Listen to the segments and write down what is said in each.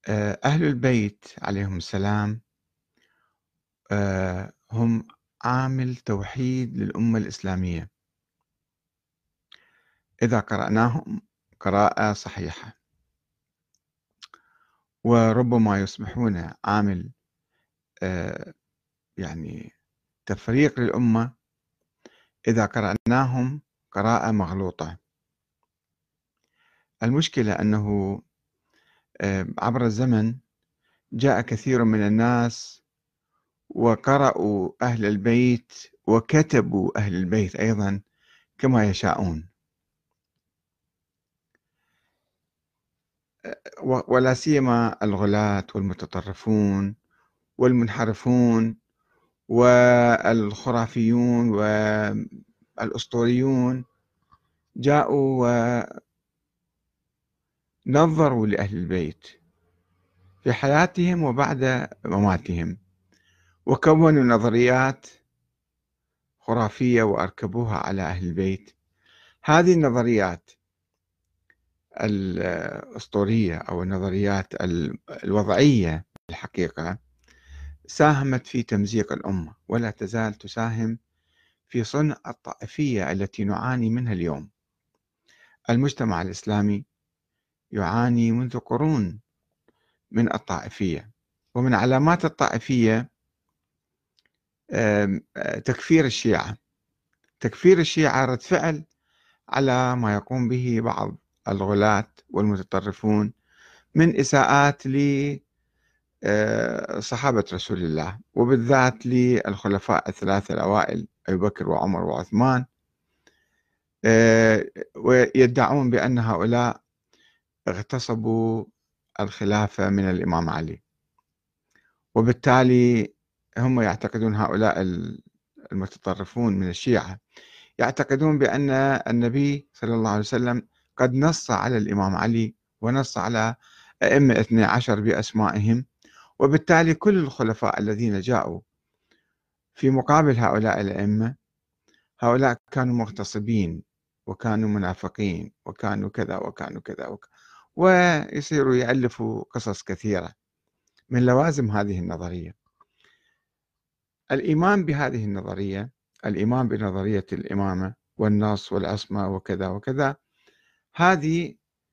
أهل البيت عليهم السلام هم عامل توحيد للأمة الإسلامية إذا قرأناهم قراءة صحيحة، وربما يصبحون عامل آه، يعني تفريق للأمة إذا قرأناهم قراءة مغلوطة. المشكلة أنه عبر الزمن جاء كثير من الناس وقرأوا أهل البيت وكتبوا أهل البيت أيضا كما يشاءون، ولا سيما الغلاة والمتطرفون والمنحرفون والخرافيون والأسطوريون جاءوا ونظروا لأهل البيت في حياتهم وبعد مماتهم، وكونوا نظريات خرافية وأركبوها على أهل البيت. هذه النظريات الأسطورية أو النظريات الوضعية الحقيقة ساهمت في تمزيق الأمة، ولا تزال تساهم في صنع الطائفية التي نعاني منها اليوم. المجتمع الإسلامي يعاني منذ قرون من الطائفية، ومن علامات الطائفية تكفير الشيعة. تكفير الشيعة رد فعل على ما يقوم به بعض الغلاة والمتطرفون من إساءات لصحابة رسول الله، وبالذات للخلفاء الثلاثة الأوائل أبي بكر وعمر وعثمان، ويدعون بأن هؤلاء اغتصبوا الخلافة من الإمام علي، وبالتالي هم يعتقدون، هؤلاء المتطرفون من الشيعة يعتقدون بأن النبي صلى الله عليه وسلم قد نص على الإمام علي ونص على أئمة 12 بأسمائهم، وبالتالي كل الخلفاء الذين جاءوا في مقابل هؤلاء الأئمة هؤلاء كانوا مغتصبين وكانوا منافقين وكانوا كذا وكانوا كذا ويصيروا يألفوا قصص كثيرة. من لوازم هذه النظرية الإيمان بهذه النظرية، الإيمان بنظرية الإمامة والنص والعصمة وكذا وكذا. هذه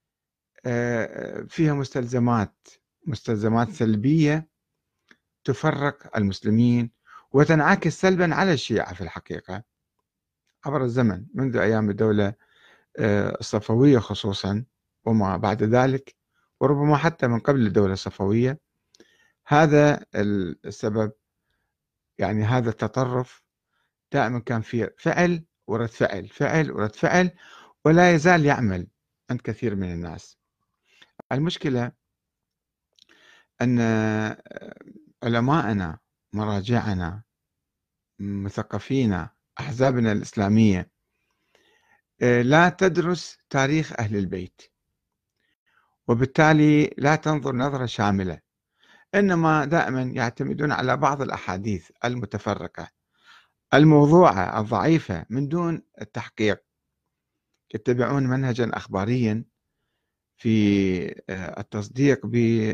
فيها مستلزمات سلبية تفرق المسلمين وتنعكس سلبا على الشيعة في الحقيقة عبر الزمن، منذ أيام الدولة الصفوية خصوصا، وما بعد ذلك، وربما حتى من قبل الدولة الصفوية. هذا السبب، يعني هذا التطرف دائما كان في فعل ورد فعل، فعل ورد فعل، ولا يزال يعمل عند كثير من الناس. المشكلة أن علماءنا، مراجعنا، مثقفينا، أحزابنا الإسلامية لا تدرس تاريخ أهل البيت، وبالتالي لا تنظر نظرة شاملة، إنما دائما يعتمدون على بعض الأحاديث المتفرقة الموضوعة الضعيفة من دون التحقيق. يتبعون منهجا أخباريا في التصديق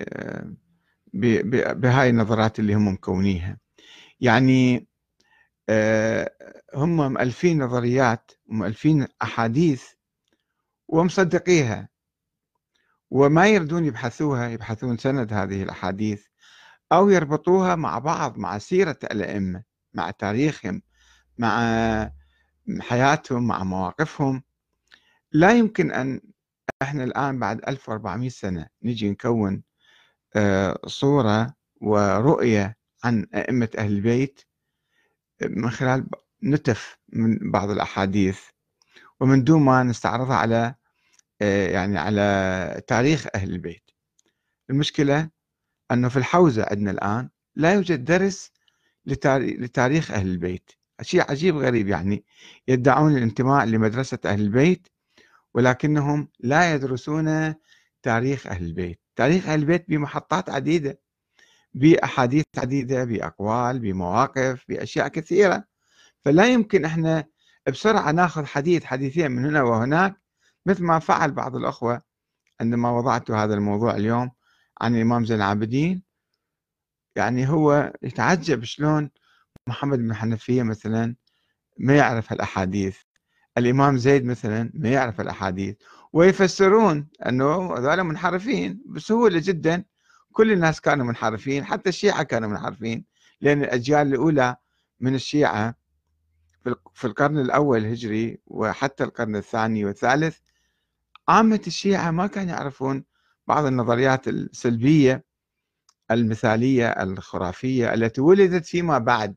بهاي النظرات اللي هم مكونيها. يعني هم مؤلفين نظريات ومؤلفين أحاديث ومصدقيها، وما يردون يبحثون سند هذه الأحاديث أو يربطوها مع بعض، مع سيرة الأئمة، مع تاريخهم، مع حياتهم، مع مواقفهم. لا يمكن أن احنا الآن بعد 1400 سنة نجي نكون صورة ورؤية عن أئمة أهل البيت من خلال نتف من بعض الأحاديث، ومن دون ما نستعرضها على يعني على تاريخ أهل البيت. المشكلة أنه في الحوزة عندنا الآن لا يوجد درس لتاريخ أهل البيت. شيء عجيب غريب، يعني يدعون الانتماء لمدرسة أهل البيت ولكنهم لا يدرسون تاريخ أهل البيت. تاريخ أهل البيت بمحطات عديدة، بأحاديث عديدة، بأقوال، بمواقف، بأشياء كثيرة. فلا يمكن احنا بسرعة ناخذ حديثين من هنا وهناك، مثل ما فعل بعض الأخوة عندما وضعت هذا الموضوع اليوم عن الإمام زين العابدين، يعني هو يتعجب شلون محمد بن حنفية مثلا ما يعرف الأحاديث، الإمام زيد مثلا ما يعرف الأحاديث، ويفسرون أنه هذول منحرفين بسهولة جدا. كل الناس كانوا منحرفين، حتى الشيعة كانوا منحرفين، لأن الأجيال الأولى من الشيعة في القرن الأول الهجري وحتى القرن الثاني والثالث، عامة الشيعة ما كانوا يعرفون بعض النظريات السلبية المثالية الخرافية التي ولدت فيما بعد،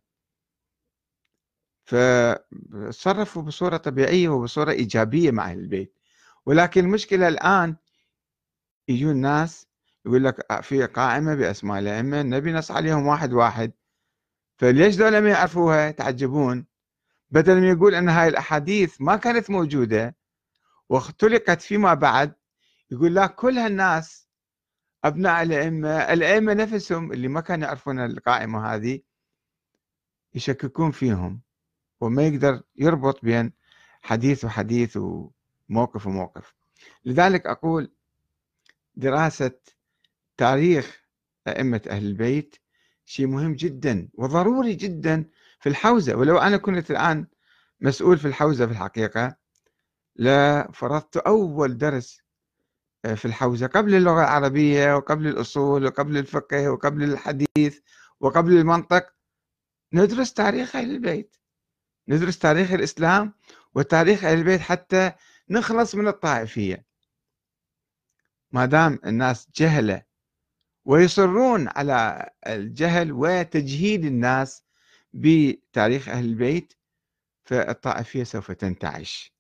فتصرفوا بصورة طبيعية وبصورة إيجابية مع أهل البيت. ولكن المشكلة الآن يجون ناس يقول لك في قائمة بأسماء الأئمة النبي نص عليهم واحد واحد، فليش ذولا ما يعرفوها؟ تعجبون. بدل ما يقول أن هاي الأحاديث ما كانت موجودة واختلقت فيما بعد، يقول لا، كل هالناس أبناء الأئمة نفسهم اللي ما كانوا يعرفون القائمة هذه يشككون فيهم، وما يقدر يربط بين حديث وحديث وموقف وموقف. لذلك أقول دراسة تاريخ أئمة أهل البيت شيء مهم جدا وضروري جدا في الحوزة. ولو أنا كنت الآن مسؤول في الحوزة في الحقيقة لفرضت أول درس في الحوزة قبل اللغة العربية وقبل الأصول وقبل الفقه وقبل الحديث وقبل المنطق، ندرس تاريخ أهل البيت، ندرس تاريخ الإسلام وتاريخ أهل البيت حتى نخلص من الطائفية. ما دام الناس جهلة ويصرون على الجهل وتجهيل الناس بتاريخ أهل البيت، فالطائفية سوف تنتعش،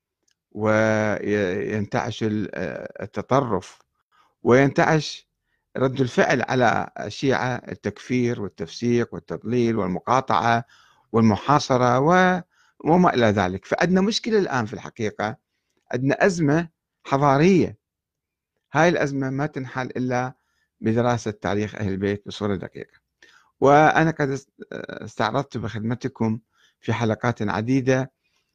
وينتعش التطرف، وينتعش رد الفعل على الشيعة، التكفير والتفسيق والتضليل والمقاطعة والمحاصرة وما إلى ذلك. فعندنا مشكلة الآن في الحقيقة، عندنا أزمة حضارية، هاي الأزمة ما تنحل إلا بدراسة تاريخ أهل البيت بصورة دقيقة. وأنا قد استعرضت بخدمتكم في حلقات عديدة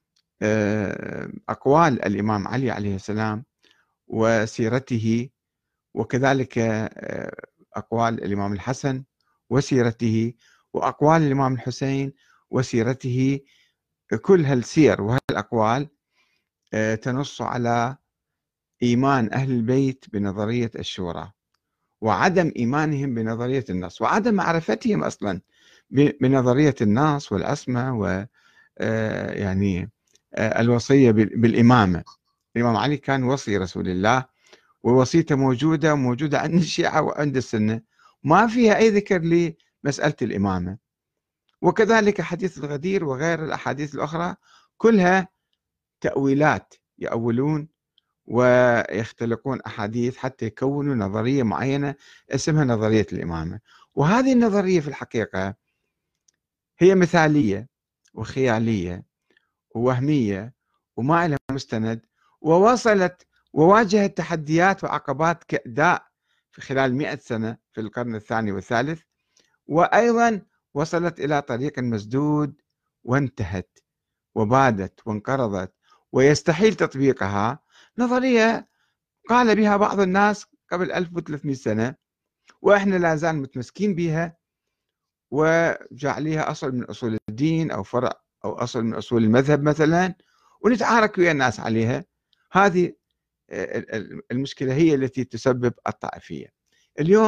أقوال الإمام علي عليه السلام وسيرته، وكذلك أقوال الإمام الحسن وسيرته، وأقوال الإمام الحسين وسيرته. كل هالسير وهالأقوال تنص على إيمان أهل البيت بنظرية الشورى، وعدم إيمانهم بنظرية النص، وعدم معرفتهم أصلا بنظرية النص والعصمة و يعني الوصية بالإمامة. الإمام علي كان وصي رسول الله، ووصيته موجودة عند الشيعة وعند السنة، ما فيها أي ذكر لمسألة الإمامة. وكذلك حديث الغدير وغير الأحاديث الأخرى كلها تأويلات، يأولون ويختلقون أحاديث حتى يكونوا نظرية معينة اسمها نظرية الإمامة. وهذه النظرية في الحقيقة هي مثالية وخيالية ووهمية وما لها مستند، ووصلت وواجهت تحديات وعقبات كأداء في خلال 100 سنة في القرن الثاني والثالث، وأيضا وصلت إلى طريق مسدود وانتهت وبادت وانقرضت ويستحيل تطبيقها. نظرية قال بها بعض الناس قبل 1300 سنة وإحنا لا زال متمسكين بها، وجعليها أصل من أصول الدين أو فرع أو أصل من أصول المذهب مثلا، ونتعارك ويا الناس عليها. هذه المشكلة هي التي تسبب الطائفية اليوم.